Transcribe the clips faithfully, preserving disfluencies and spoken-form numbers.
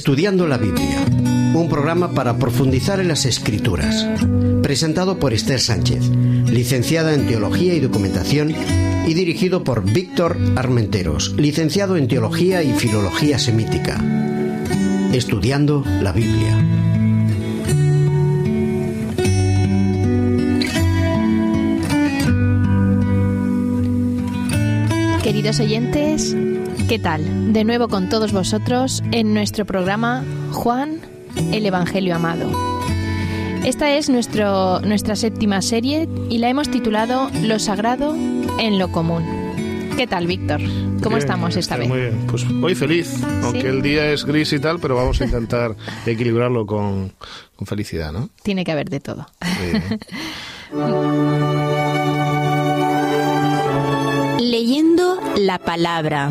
Estudiando la Biblia, un programa para profundizar en las Escrituras, presentado por Esther Sánchez, licenciada en Teología y Documentación, y dirigido por Víctor Armenteros, licenciado en Teología y Filología Semítica. Estudiando la Biblia. Queridos oyentes, ¿qué tal? De nuevo con todos vosotros en nuestro programa Juan, el Evangelio Amado. Esta es nuestro, nuestra séptima serie y la hemos titulado Lo Sagrado en lo Común. ¿Qué tal, Víctor? ¿Cómo bien, estamos esta vez? Muy bien, pues hoy feliz, aunque ¿sí? El día es gris y tal, pero vamos a intentar equilibrarlo con, con felicidad, ¿no? Tiene que haber de todo. Leyendo la palabra.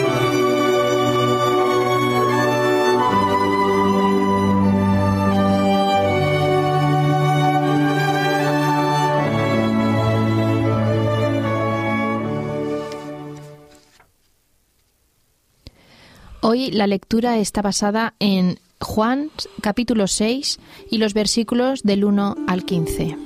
Hoy la lectura está basada en Juan capítulo seis y los versículos del uno al quince.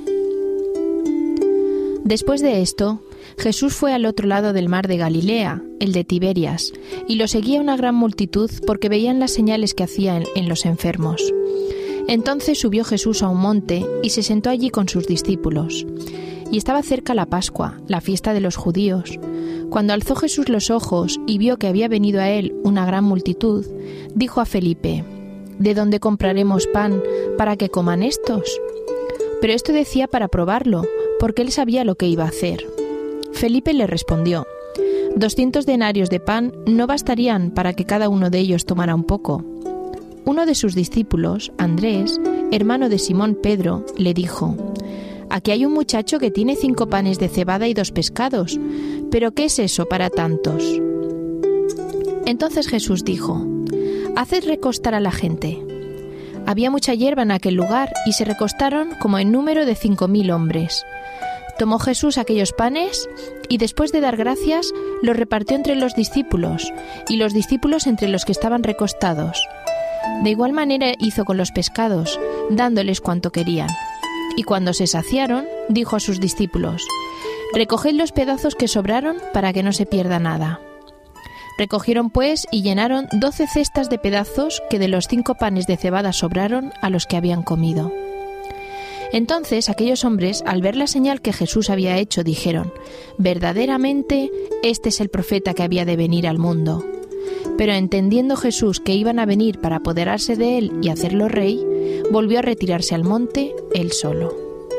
Después de esto, Jesús fue al otro lado del mar de Galilea, el de Tiberias, y lo seguía una gran multitud porque veían las señales que hacía en, en los enfermos. Entonces subió Jesús a un monte y se sentó allí con sus discípulos. Y estaba cerca la Pascua, la fiesta de los judíos. Cuando alzó Jesús los ojos y vio que había venido a él una gran multitud, dijo a Felipe: ¿De dónde compraremos pan para que coman estos? Pero esto decía para probarlo, porque él sabía lo que iba a hacer. Felipe le respondió: Doscientos denarios de pan no bastarían para que cada uno de ellos tomara un poco. Uno de sus discípulos, Andrés, hermano de Simón Pedro, le dijo: Aquí hay un muchacho que tiene cinco panes de cebada y dos pescados, pero ¿qué es eso para tantos? Entonces Jesús dijo: Haced recostar a la gente. Había mucha hierba en aquel lugar y se recostaron como en número de cinco mil hombres. Tomó Jesús aquellos panes y después de dar gracias los repartió entre los discípulos y los discípulos entre los que estaban recostados. De igual manera hizo con los pescados, dándoles cuanto querían. Y cuando se saciaron, dijo a sus discípulos: Recoged los pedazos que sobraron para que no se pierda nada. Recogieron pues y llenaron doce cestas de pedazos que de los cinco panes de cebada sobraron a los que habían comido. Entonces aquellos hombres, al ver la señal que Jesús había hecho, dijeron: Verdaderamente, este es el profeta que había de venir al mundo. Pero entendiendo Jesús que iban a venir para apoderarse de él y hacerlo rey, volvió a retirarse al monte él solo.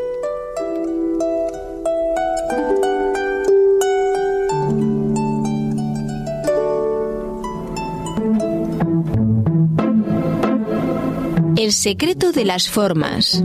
El secreto de las formas.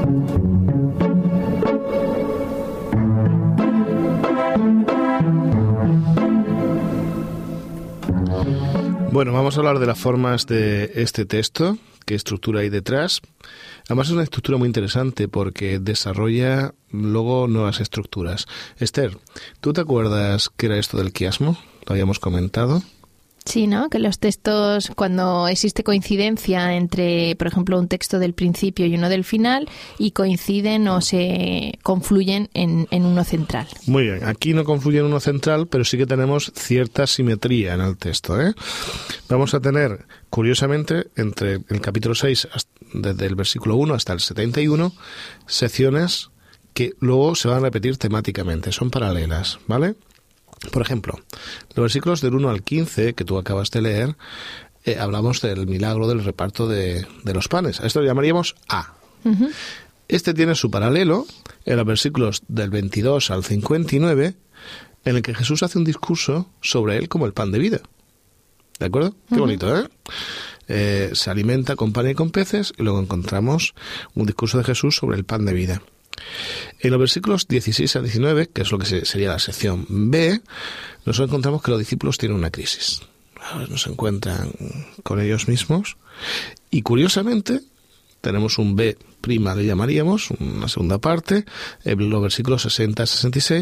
Bueno, vamos a hablar de las formas de este texto, qué estructura hay detrás. Además es una estructura muy interesante porque desarrolla luego nuevas estructuras. Esther, ¿tú te acuerdas qué era esto del quiasmo? Lo habíamos comentado. Sí, ¿no? Que los textos, cuando existe coincidencia entre, por ejemplo, un texto del principio y uno del final, y coinciden o se confluyen en, en uno central. Muy bien, aquí no confluye en uno central, pero sí que tenemos cierta simetría en el texto, ¿eh? Vamos a tener, curiosamente, entre el capítulo seis, desde el versículo uno hasta el setenta y uno, secciones que luego se van a repetir temáticamente, son paralelas, ¿vale? Por ejemplo, los versículos del uno al quince que tú acabas de leer, eh, hablamos del milagro del reparto de, de los panes. A esto lo llamaríamos A. Uh-huh. Este tiene su paralelo en los versículos del veintidós al cincuenta y nueve, en el que Jesús hace un discurso sobre él como el pan de vida. ¿De acuerdo? Uh-huh. Qué bonito, ¿eh? Eh, se alimenta con pan y con peces, y luego encontramos un discurso de Jesús sobre el pan de vida. En los versículos dieciséis al diecinueve, que es lo que sería la sección B, nos encontramos que los discípulos tienen una crisis. No se encuentran con ellos mismos y, curiosamente, tenemos un B prima, le llamaríamos, una segunda parte, en los versículos sesenta a sesenta y seis,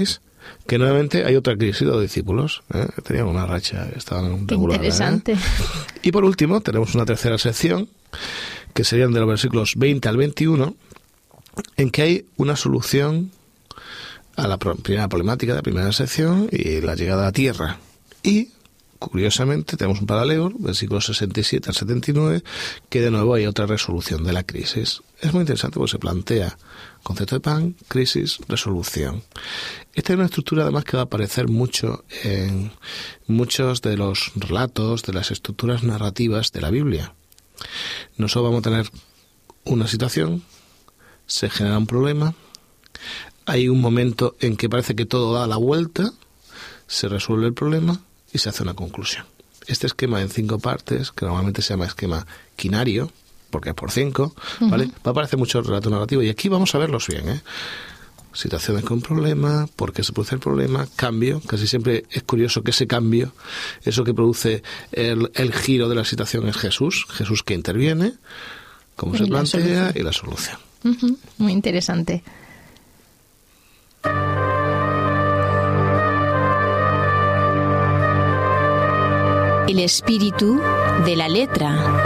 que nuevamente hay otra crisis de los discípulos. ¿eh? Tenían una racha que estaban Qué regular. interesante. ¿eh? Y por último, tenemos una tercera sección, que serían de los versículos veinte al veintiuno, en que hay una solución a la primera problemática de la primera sección y la llegada a la tierra. Y, curiosamente, tenemos un paralelo, versículos sesenta y siete al setenta y nueve, que de nuevo hay otra resolución de la crisis. Es muy interesante porque se plantea concepto de pan, crisis, resolución. Esta es una estructura además que va a aparecer mucho en muchos de los relatos, de las estructuras narrativas de la Biblia. Nosotros vamos a tener una situación, se genera un problema, hay un momento en que parece que todo da la vuelta, se resuelve el problema y se hace una conclusión. Este esquema en cinco partes, que normalmente se llama esquema quinario, porque es por cinco, ¿vale? Uh-huh. Va a aparecer mucho relato narrativo y aquí vamos a verlos bien, ¿eh? Situaciones con problema, por qué se produce el problema, cambio, casi siempre es curioso que ese cambio, eso que produce el, el giro de la situación es Jesús, Jesús que interviene, cómo se plantea y la solución. Uh-huh. Muy interesante. El espíritu de la letra.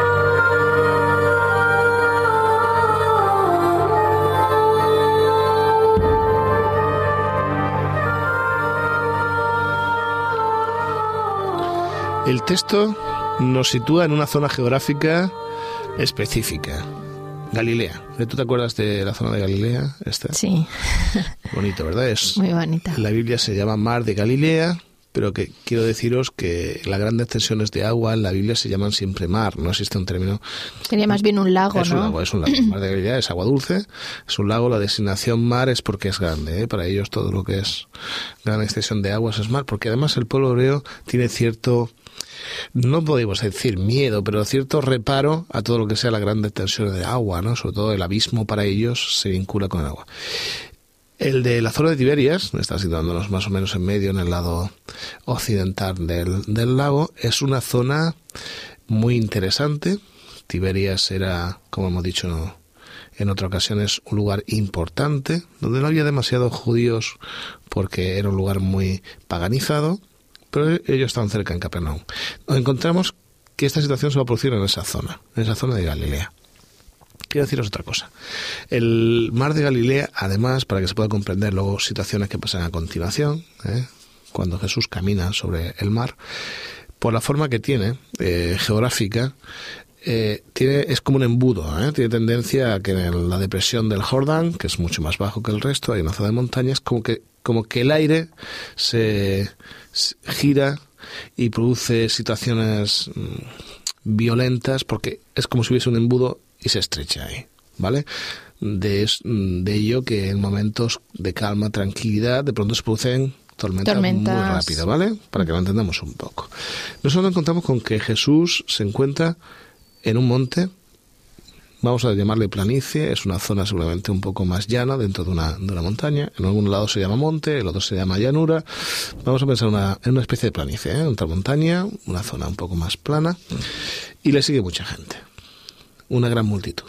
El texto nos sitúa en una zona geográfica específica, Galilea. ¿Tú te acuerdas de la zona de Galilea, Esther? Sí. Bonito, ¿verdad? Es, muy bonita. En la Biblia se llama Mar de Galilea, pero que quiero deciros que las grandes extensiones de agua en la Biblia se llaman siempre mar, no existe un término. Sería más bien un lago, es ¿no? Un lago, es un lago. Mar de Galilea es agua dulce, es un lago, la designación mar es porque es grande, ¿eh? Para ellos todo lo que es gran extensión de aguas es mar, porque además el pueblo hebreo tiene cierto, no podemos decir miedo, pero cierto reparo a todo lo que sea la gran extensión de agua, ¿no? Sobre todo el abismo para ellos se vincula con el agua. El de la zona de Tiberias, está situándonos más o menos en medio, en el lado occidental del, del lago, es una zona muy interesante. Tiberias era, como hemos dicho en otras ocasiones, un lugar importante, donde no había demasiados judíos porque era un lugar muy paganizado, pero ellos estaban cerca en Capernaum. Nos encontramos que esta situación se va a producir en esa zona, en esa zona de Galilea. Quiero deciros otra cosa. El mar de Galilea, además, para que se pueda comprender luego situaciones que pasan a continuación, ¿eh? cuando Jesús camina sobre el mar, por la forma que tiene, eh, geográfica, eh, tiene, es como un embudo, ¿eh? Tiene tendencia a que en la depresión del Jordán, que es mucho más bajo que el resto, hay una zona de montañas, como que, como que el aire se, se gira y produce situaciones mmm, violentas, porque es como si hubiese un embudo y se estrecha ahí, ¿vale? De, de ello que en momentos de calma, tranquilidad, de pronto se producen tormentas, tormentas muy rápido, ¿vale? Para que lo entendamos un poco. Nosotros nos encontramos con que Jesús se encuentra en un monte, vamos a llamarle planicie, es una zona seguramente un poco más llana dentro de una, de una montaña, en algún lado se llama monte, el otro se llama llanura, vamos a pensar una, en una especie de planicie, ¿eh? Otra montaña, una zona un poco más plana, y le sigue mucha gente. Una gran multitud.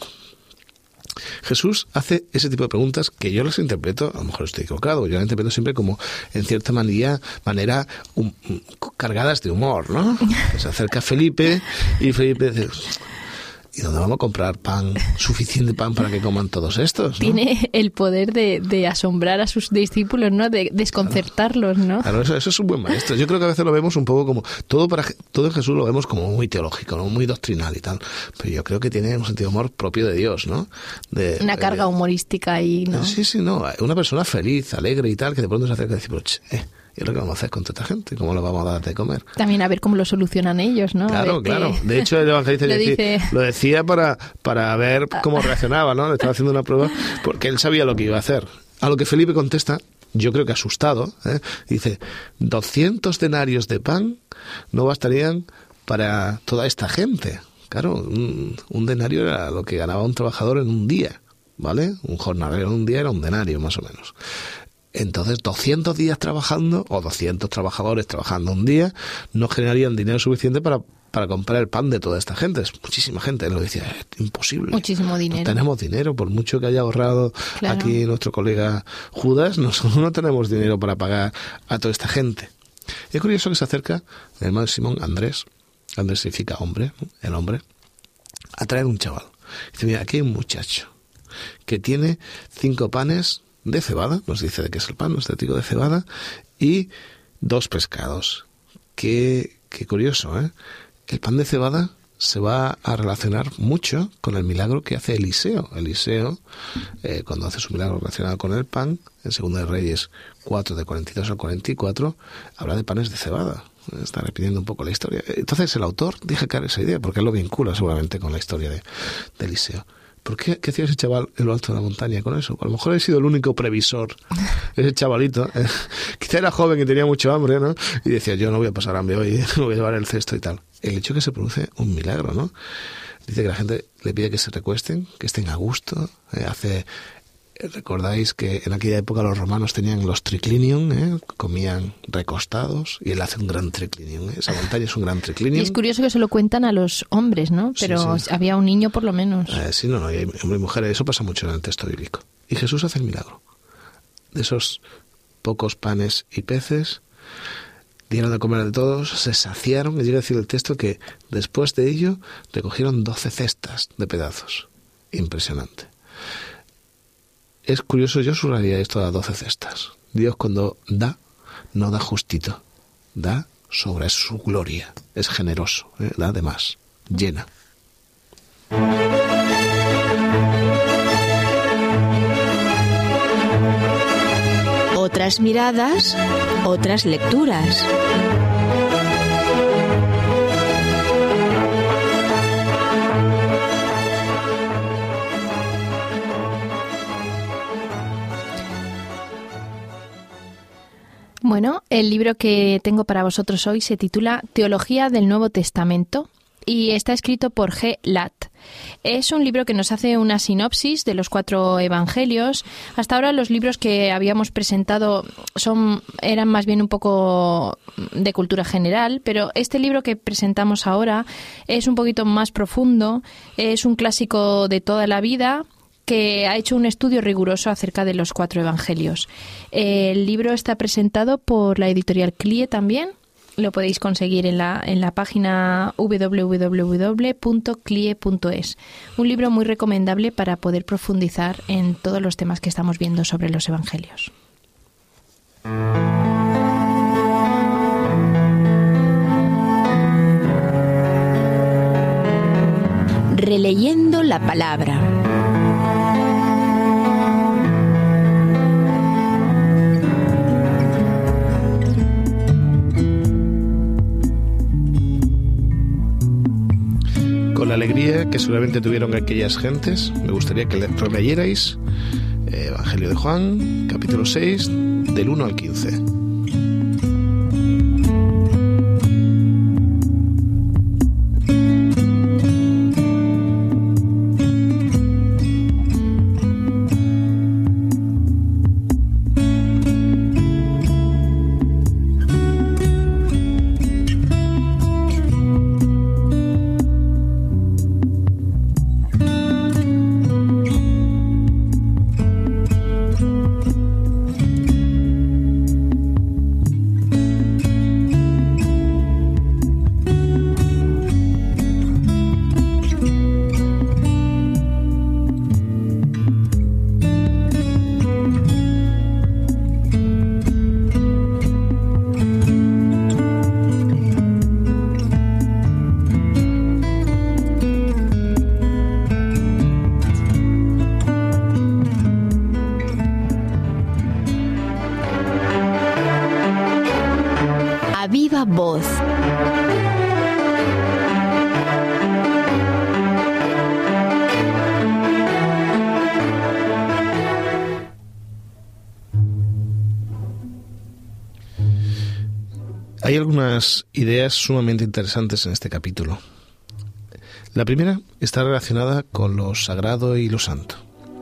Jesús hace ese tipo de preguntas que yo las interpreto, a lo mejor estoy equivocado, yo las interpreto siempre como, en cierta manera, manera um, cargadas de humor, ¿no? Se acerca Felipe y Felipe dice, ¿y dónde vamos a comprar pan, suficiente pan para que coman todos estos, ¿no? Tiene el poder de, de asombrar a sus discípulos, ¿no? De desconcertarlos, ¿no? Claro, eso, eso es un buen maestro. Yo creo que a veces lo vemos un poco como, todo para todo en Jesús lo vemos como muy teológico, ¿no? Muy doctrinal y tal. Pero yo creo que tiene un sentido de humor propio de Dios, ¿no? De, Una carga de, humorística ahí, ¿no? Sí, sí, no. Una persona feliz, alegre y tal, que de pronto se acerca y dice, eh, ¿y lo que vamos a hacer con toda esta gente? ¿Cómo lo vamos a dar de comer? También a ver cómo lo solucionan ellos, ¿no? Claro, claro. De hecho, el evangelista lo, decía, dice... lo decía para, para ver cómo reaccionaba, ¿no? Le estaba haciendo una prueba porque él sabía lo que iba a hacer. A lo que Felipe contesta, yo creo que asustado, ¿eh? Dice, doscientos denarios de pan no bastarían para toda esta gente. Claro, un, un denario era lo que ganaba un trabajador en un día, ¿vale? Un jornalero en un día era un denario, más o menos. Entonces, doscientos días trabajando, o doscientos trabajadores trabajando un día, no generarían dinero suficiente para para comprar el pan de toda esta gente. Es muchísima gente. Él lo decía, es imposible. Muchísimo dinero. No tenemos dinero, por mucho que haya ahorrado Claro. aquí nuestro colega Judas, nosotros no tenemos dinero para pagar a toda esta gente. Y es curioso que se acerca el hermano Simón, Andrés, Andrés significa hombre, ¿no? El hombre, a traer un chaval. Dice, mira, aquí hay un muchacho que tiene cinco panes de cebada, nos dice de qué es el pan, nos dice de cebada, y dos pescados. Qué, qué curioso, ¿eh? El pan de cebada se va a relacionar mucho con el milagro que hace Eliseo. Eliseo, eh, cuando hace su milagro relacionado con el pan, en Segunda de Reyes cuatro, de cuarenta y dos al cuarenta y cuatro, habla de panes de cebada. Está repitiendo un poco la historia. Entonces el autor deja caer esa idea, porque él lo vincula seguramente con la historia de, de Eliseo. ¿Por qué, qué hacía ese chaval en lo alto de la montaña con eso? A lo mejor he sido el único previsor, ese chavalito. Eh, quizá era joven y tenía mucho hambre, ¿no? Y decía, yo no voy a pasar hambre hoy, no voy a llevar el cesto y tal. El hecho que se produce un milagro, ¿no? Dice que la gente le pide que se recuesten, que estén a gusto. Eh, hace, recordáis que en aquella época los romanos tenían los triclinium, ¿eh? Comían recostados, y él hace un gran triclinium, ¿eh? Esa montaña es un gran triclinium. Y es curioso que se lo cuentan a los hombres, ¿no? Pero Sí, sí. había un niño por lo menos. Eh, sí, no, no, hay hombre y mujer, eso pasa mucho en el texto bíblico. Y Jesús hace el milagro. De esos pocos panes y peces, dieron de comer de todos, se saciaron, y llega a decir el texto que después de ello recogieron doce cestas de pedazos. Impresionante. Es curioso, yo subrayaría esto a doce cestas. Dios cuando da, no da justito, da sobre su gloria, es generoso, ¿eh? Da de más, llena. Otras miradas, otras lecturas. Bueno, el libro que tengo para vosotros hoy se titula Teología del Nuevo Testamento y está escrito por G. Latt. Es un libro que nos hace una sinopsis de los cuatro evangelios. Hasta ahora los libros que habíamos presentado son eran más bien un poco de cultura general, pero este libro que presentamos ahora es un poquito más profundo, es un clásico de toda la vida que ha hecho un estudio riguroso acerca de los cuatro evangelios. El libro está presentado por la editorial C L I E también. Lo podéis conseguir en la, en la página doble u doble u doble u punto c l i e punto es. Un libro muy recomendable para poder profundizar en todos los temas que estamos viendo sobre los evangelios. Releyendo la palabra. Con la alegría que seguramente tuvieron aquellas gentes, me gustaría que releyerais eh, Evangelio de Juan, capítulo seis, del uno al quince. A viva voz. Hay algunas ideas sumamente interesantes en este capítulo. La primera está relacionada con lo sagrado y lo santo.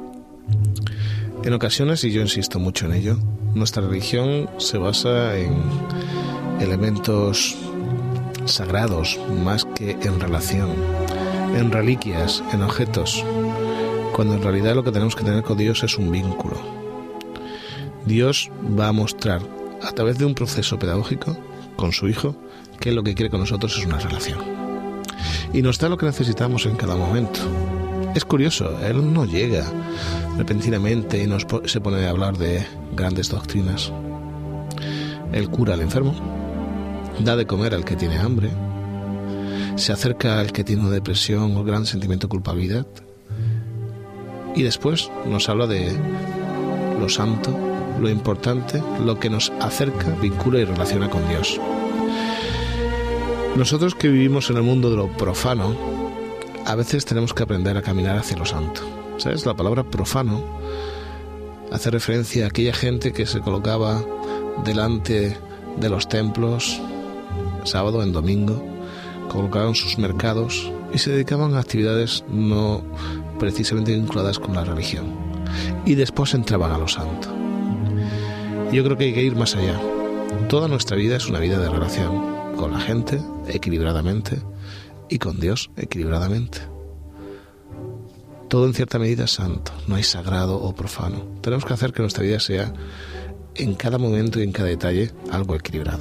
En ocasiones, y yo insisto mucho en ello, nuestra religión se basa en elementos sagrados más que en relación, en reliquias, en objetos, cuando en realidad lo que tenemos que tener con Dios es un vínculo. Dios va a mostrar a través de un proceso pedagógico con su Hijo que lo que quiere con nosotros es una relación. Y nos da lo que necesitamos en cada momento. Es curioso, Él no llega repentinamente y nos se pone a hablar de grandes doctrinas. Él cura al enfermo, da de comer al que tiene hambre, se acerca al que tiene una depresión o gran sentimiento de culpabilidad, y después nos habla de lo santo, lo importante, lo que nos acerca, vincula y relaciona con Dios. Nosotros que vivimos en el mundo de lo profano, a veces tenemos que aprender a caminar hacia lo santo. ¿Sabes? La palabra profano hace referencia a aquella gente que se colocaba delante de los templos, sábado en domingo, colocaban sus mercados y se dedicaban a actividades no precisamente vinculadas con la religión. Y después entraban a lo santo. Yo creo que hay que ir más allá. Toda nuestra vida es una vida de relación con la gente, equilibradamente, y con Dios, equilibradamente. Todo en cierta medida es santo, no hay sagrado o profano. Tenemos que hacer que nuestra vida sea, en cada momento y en cada detalle, algo equilibrado.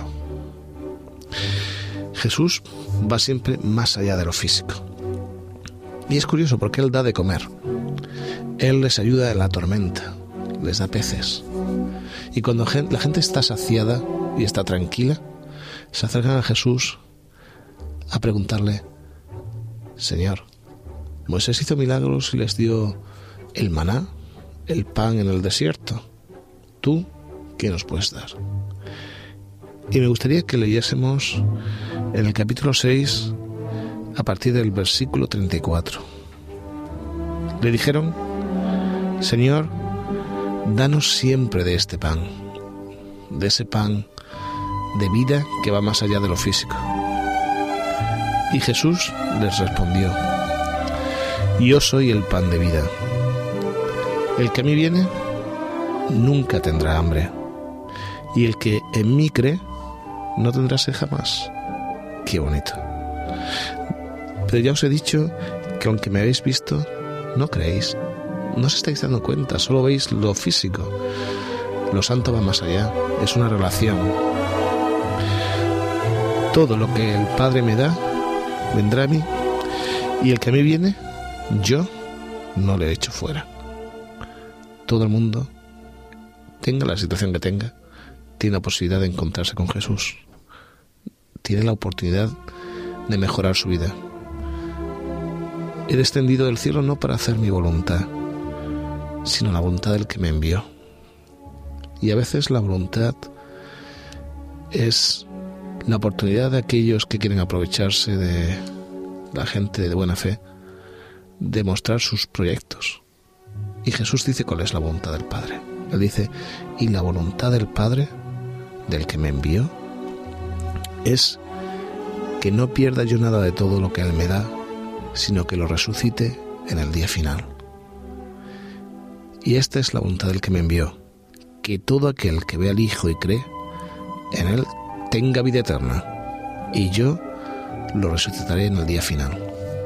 Jesús va siempre más allá de lo físico. Y es curioso porque Él da de comer. Él les ayuda en la tormenta, les da peces. Y cuando la gente está saciada y está tranquila, se acercan a Jesús a preguntarle: Señor, Moisés hizo milagros y les dio el maná, el pan en el desierto. ¿Tú qué nos puedes dar? Y me gustaría que leyésemos en el capítulo seis, a partir del versículo treinta y cuatro. Le dijeron: Señor, danos siempre de este pan, de ese pan de vida que va más allá de lo físico. Y Jesús les respondió: Yo soy el pan de vida. El que a mí viene nunca tendrá hambre, y el que en mí cree no tendrá sed jamás. Qué bonito. Pero ya os he dicho que aunque me habéis visto, no creéis. No os estáis dando cuenta, solo veis lo físico. Lo santo va más allá, es una relación. Todo lo que el Padre me da vendrá a mí, y el que a mí viene, yo no le echo fuera. Todo el mundo, tenga la situación que tenga, tiene la posibilidad de encontrarse con Jesús. Tiene la oportunidad de mejorar su vida. He descendido del cielo no para hacer mi voluntad, sino la voluntad del que me envió. Y a veces la voluntad es la oportunidad de aquellos que quieren aprovecharse de la gente de buena fe, de mostrar sus proyectos. Y Jesús dice cuál es la voluntad del Padre. Él dice: y la voluntad del Padre, del que me envió, es que no pierda yo nada de todo lo que Él me da, sino que lo resucite en el día final. Y esta es la voluntad del que me envió, que todo aquel que ve al Hijo y cree en Él tenga vida eterna, y yo lo resucitaré en el día final.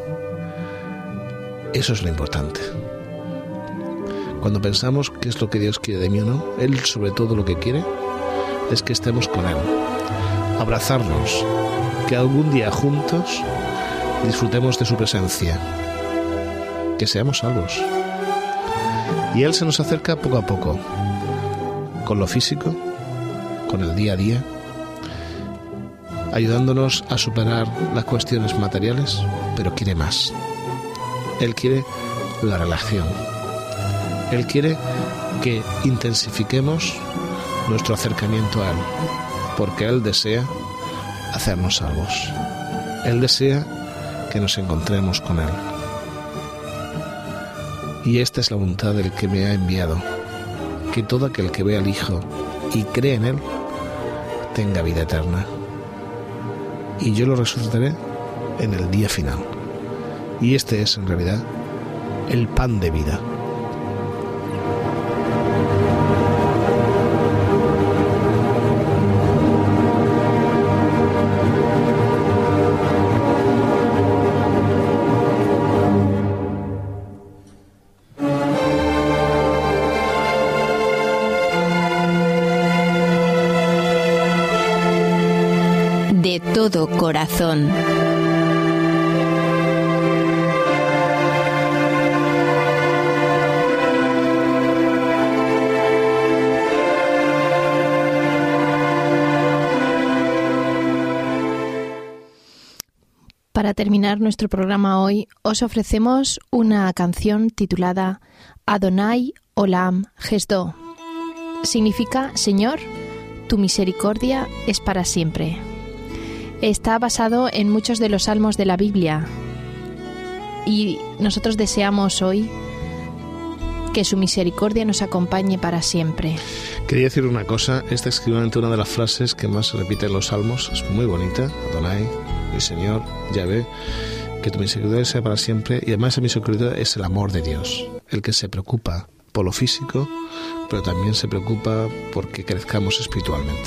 Eso es lo importante. Cuando pensamos qué es lo que Dios quiere de mí o no, Él sobre todo lo que quiere es que estemos con Él, abrazarnos, que algún día juntos disfrutemos de su presencia, que seamos salvos. Y Él se nos acerca poco a poco, con lo físico, con el día a día, ayudándonos a superar las cuestiones materiales, pero quiere más. Él quiere la relación. Él quiere que intensifiquemos nuestro acercamiento a Él, porque Él desea hacernos salvos. Él desea que nos encontremos con Él. Y esta es la voluntad del que me ha enviado, que todo aquel que vea al Hijo y cree en Él tenga vida eterna. Y yo lo resucitaré en el día final. Y este es, en realidad, el pan de vida. todo corazón. Para terminar nuestro programa hoy, os ofrecemos una canción titulada Adonai Olam Chesdo. Significa, Señor, tu misericordia es para siempre. Está basado en muchos de los salmos de la Biblia y nosotros deseamos hoy que su misericordia nos acompañe para siempre. Quería decir una cosa, esta es seguramente una de las frases que más se repite en los salmos, es muy bonita, Adonai, mi Señor, Yahvé, que tu misericordia sea para siempre, y además esa misericordia es el amor de Dios, el que se preocupa por lo físico, pero también se preocupa porque crezcamos espiritualmente.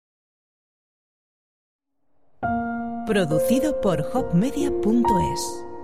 Producido por hop media punto es.